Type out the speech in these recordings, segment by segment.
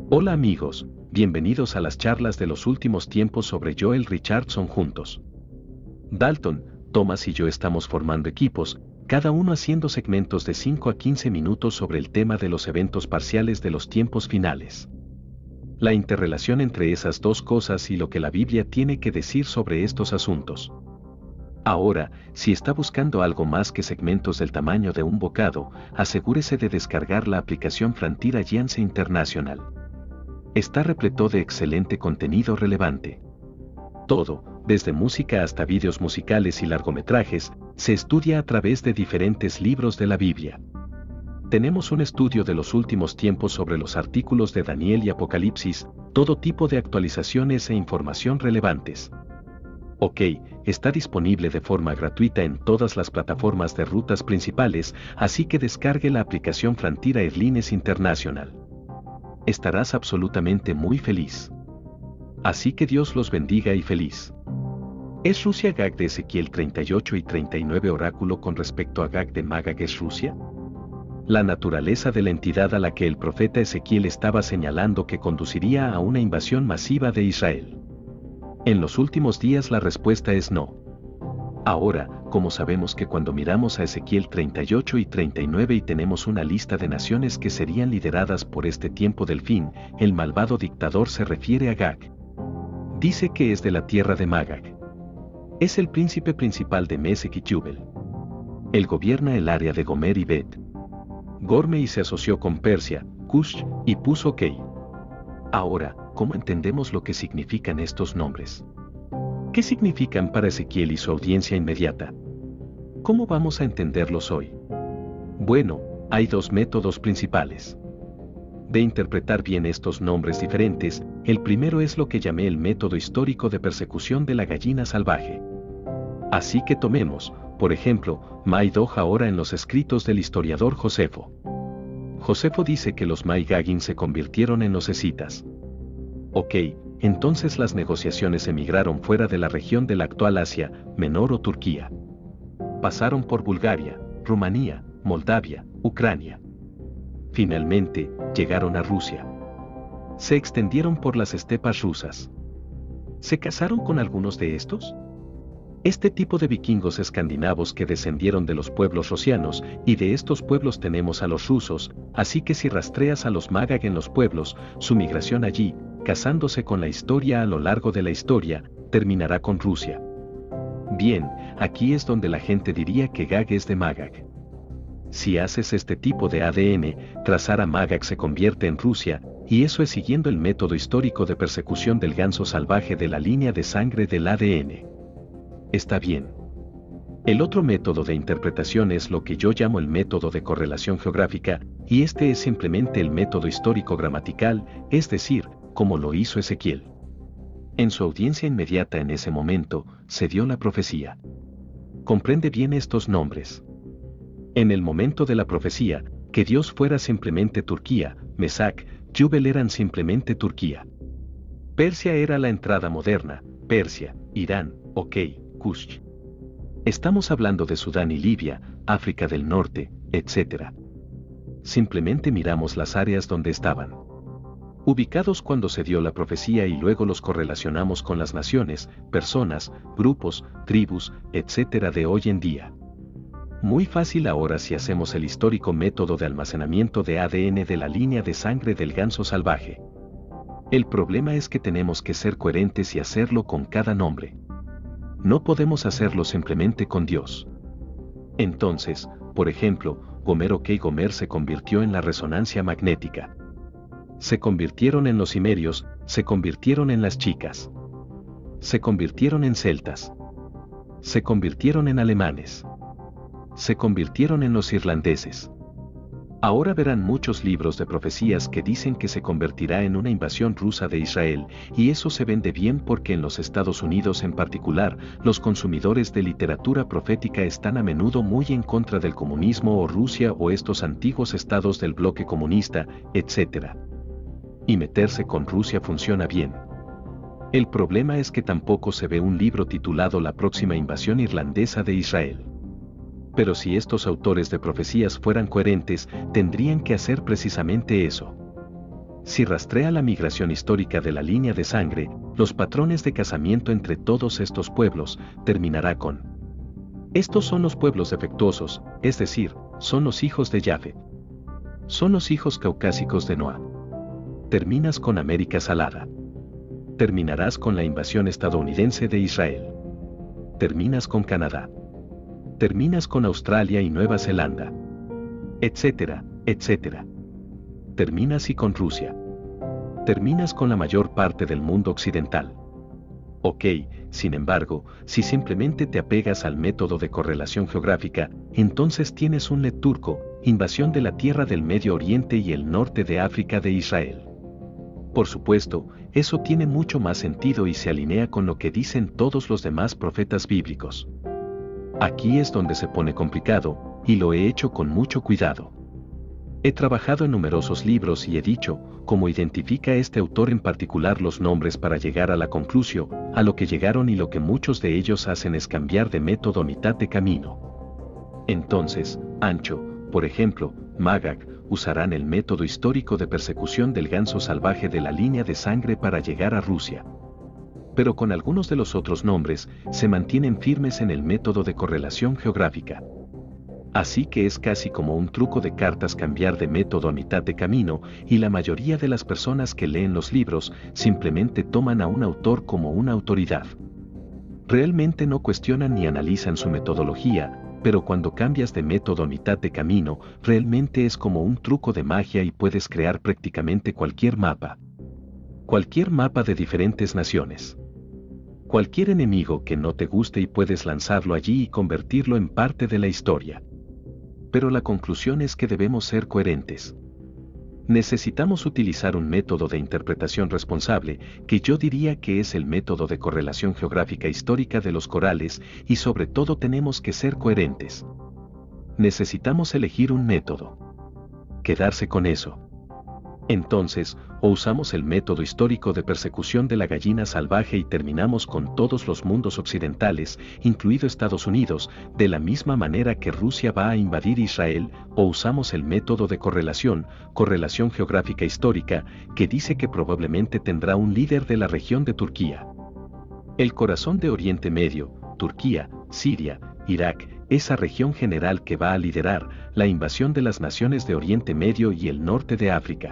Hola amigos, bienvenidos a las charlas de los últimos tiempos sobre Joel Richardson juntos. Dalton, Thomas y yo estamos formando equipos, cada uno haciendo segmentos de 5 a 15 minutos sobre el tema de los eventos parciales de los tiempos finales. La interrelación entre esas dos cosas y lo que la Biblia tiene que decir sobre estos asuntos. Ahora, si está buscando algo más que segmentos del tamaño de un bocado, asegúrese de descargar la aplicación Frontier Alliance International. Está repleto de excelente contenido relevante. Todo, desde música hasta vídeos musicales y largometrajes, se estudia a través de diferentes libros de la Biblia. Tenemos un estudio de los últimos tiempos sobre los artículos de Daniel y Apocalipsis, todo tipo de actualizaciones e información relevantes. OK, está disponible de forma gratuita en todas las plataformas de rutas principales, así que descargue la aplicación Frontier Airlines International. Estarás absolutamente muy feliz. Así que Dios los bendiga y feliz. ¿Es Rusia Gag de Ezequiel 38 y 39 oráculo con respecto a Gag de Magag es Rusia? La naturaleza de la entidad a la que el profeta Ezequiel estaba señalando que conduciría a una invasión masiva de Israel. En los últimos días la respuesta es no. Ahora, como sabemos que cuando miramos a Ezequiel 38 y 39 y tenemos una lista de naciones que serían lideradas por este tiempo del fin, el malvado dictador se refiere a Gag. Dice que es de la tierra de Magag. Es el príncipe principal de Mesec y Tubal. Él gobierna el área de Gomer y Bet Gorme y se asoció con Persia, Cush y Pus OK. Ahora, ¿cómo entendemos lo que significan estos nombres? ¿Qué significan para Ezequiel y su audiencia inmediata? ¿Cómo vamos a entenderlos hoy? Bueno, hay dos métodos principales de interpretar bien estos nombres diferentes. El primero es lo que llamé el método histórico de persecución de la gallina salvaje. Así que tomemos, por ejemplo, Maidoj ahora en los escritos del historiador Josefo. Josefo dice que los Maigagin se convirtieron en los escitas. OK, entonces las negociaciones emigraron fuera de la región de la actual Asia Menor o Turquía. Pasaron por Bulgaria, Rumanía, Moldavia, Ucrania. Finalmente, llegaron a Rusia. Se extendieron por las estepas rusas. ¿Se casaron con algunos de estos? Este tipo de vikingos escandinavos que descendieron de los pueblos rosianos, y de estos pueblos tenemos a los rusos, así que si rastreas a los Magag en los pueblos, su migración allí, casándose con la historia a lo largo de la historia, terminará con Rusia. Bien, aquí es donde la gente diría que Gag es de Magag. Si haces este tipo de ADN, trazar a Magag se convierte en Rusia, y eso es siguiendo el método histórico de persecución del ganso salvaje de la línea de sangre del ADN. Está bien. El otro método de interpretación es lo que yo llamo el método de correlación geográfica, y este es simplemente el método histórico gramatical, es decir, como lo hizo Ezequiel. En su audiencia inmediata en ese momento, se dio la profecía. Comprende bien estos nombres. En el momento de la profecía, que Dios fuera simplemente Turquía, Mesac, Tubal eran simplemente Turquía. Persia era la entrada moderna, Persia, Irán, OK, Kush. Estamos hablando de Sudán y Libia, África del Norte, etc. Simplemente miramos las áreas donde estaban ubicados cuando se dio la profecía y luego los correlacionamos con las naciones, personas, grupos, tribus, etc. de hoy en día. Muy fácil ahora si hacemos el histórico método de almacenamiento de ADN de la línea de sangre del ganso salvaje. El problema es que tenemos que ser coherentes y hacerlo con cada nombre. No podemos hacerlo simplemente con Dios. Entonces, por ejemplo, Gomer OK Gomer se convirtió en la resonancia magnética. Se convirtieron en los cimerios, se convirtieron en las chicas. Se convirtieron en celtas. Se convirtieron en alemanes. Se convirtieron en los irlandeses. Ahora verán muchos libros de profecías que dicen que se convertirá en una invasión rusa de Israel, y eso se vende bien porque en los Estados Unidos en particular, los consumidores de literatura profética están a menudo muy en contra del comunismo o Rusia o estos antiguos estados del bloque comunista, etc. Y meterse con Rusia funciona bien. El problema es que tampoco se ve un libro titulado La próxima invasión irlandesa de Israel. Pero si estos autores de profecías fueran coherentes, tendrían que hacer precisamente eso. si rastrea la migración histórica de la línea de sangre, los patrones de casamiento entre todos estos pueblos, terminará con: estos son los pueblos defectuosos, es decir, son los hijos de Jafet. Son los hijos caucásicos de Noah. Terminas con América Salada. Terminarás con la invasión estadounidense de Israel. Terminas con Canadá. Terminas con Australia y Nueva Zelanda. Etcétera, etcétera. Terminas y con Rusia. Terminas con la mayor parte del mundo occidental. Ok, sin embargo, si simplemente te apegas al método de correlación geográfica, entonces tienes un net turco, invasión de la tierra del Medio Oriente y el norte de África de Israel. Por supuesto, eso tiene mucho más sentido y se alinea con lo que dicen todos los demás profetas bíblicos. Aquí es donde se pone complicado, y lo he hecho con mucho cuidado. He trabajado en numerosos libros y he dicho, cómo identifica este autor en particular los nombres para llegar a la conclusión, a lo que llegaron, y lo que muchos de ellos hacen es cambiar de método a mitad de camino. Entonces, Ancho, por ejemplo, Magag, usarán el método histórico de persecución del ganso salvaje de la línea de sangre para llegar a Rusia. Pero con algunos de los otros nombres, se mantienen firmes en el método de correlación geográfica. Así que es casi como un truco de cartas cambiar de método a mitad de camino, y la mayoría de las personas que leen los libros simplemente toman a un autor como una autoridad. Realmente no cuestionan ni analizan su metodología, pero cuando cambias de método a mitad de camino, realmente es como un truco de magia y puedes crear prácticamente cualquier mapa. Cualquier mapa de diferentes naciones. Cualquier enemigo que no te guste y puedes lanzarlo allí y convertirlo en parte de la historia. Pero la conclusión es que debemos ser coherentes. Necesitamos utilizar un método de interpretación responsable, que yo diría que es el método de correlación geográfica histórica de los corales, y sobre todo tenemos que ser coherentes. Necesitamos elegir un método. Quedarse con eso. Entonces, o usamos el método histórico de persecución de la gallina salvaje y terminamos con todos los mundos occidentales, incluido Estados Unidos, de la misma manera que Rusia va a invadir Israel, o usamos el método de correlación geográfica histórica, que dice que probablemente tendrá un líder de la región de Turquía. El corazón de Oriente Medio, Turquía, Siria, Irak, esa región general que va a liderar la invasión de las naciones de Oriente Medio y el norte de África.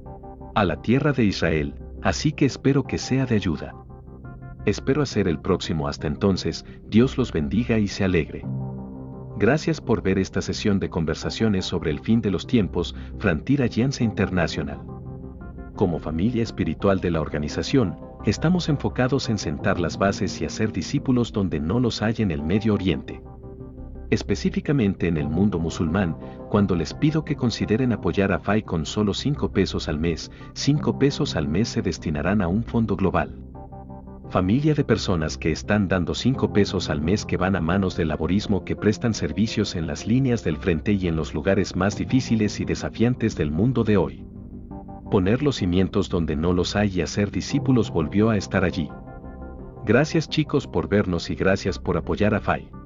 A la tierra de Israel, así que espero que sea de ayuda. Espero hacer el próximo. Hasta entonces, Dios los bendiga y se alegre. Gracias por ver esta sesión de conversaciones sobre el fin de los tiempos, Frontier Alliance International. Como familia espiritual de la organización, estamos enfocados en sentar las bases y hacer discípulos donde no los hay en el Medio Oriente. Específicamente en el mundo musulmán, cuando les pido que consideren apoyar a FAI con solo 5 pesos al mes, 5 pesos al mes se destinarán a un fondo global. Familia de personas que están dando 5 pesos al mes que van a manos del laborismo, que prestan servicios en las líneas del frente y en los lugares más difíciles y desafiantes del mundo de hoy. Poner los cimientos donde no los hay y hacer discípulos volvió a estar allí. Gracias chicos por vernos y gracias por apoyar a FAI.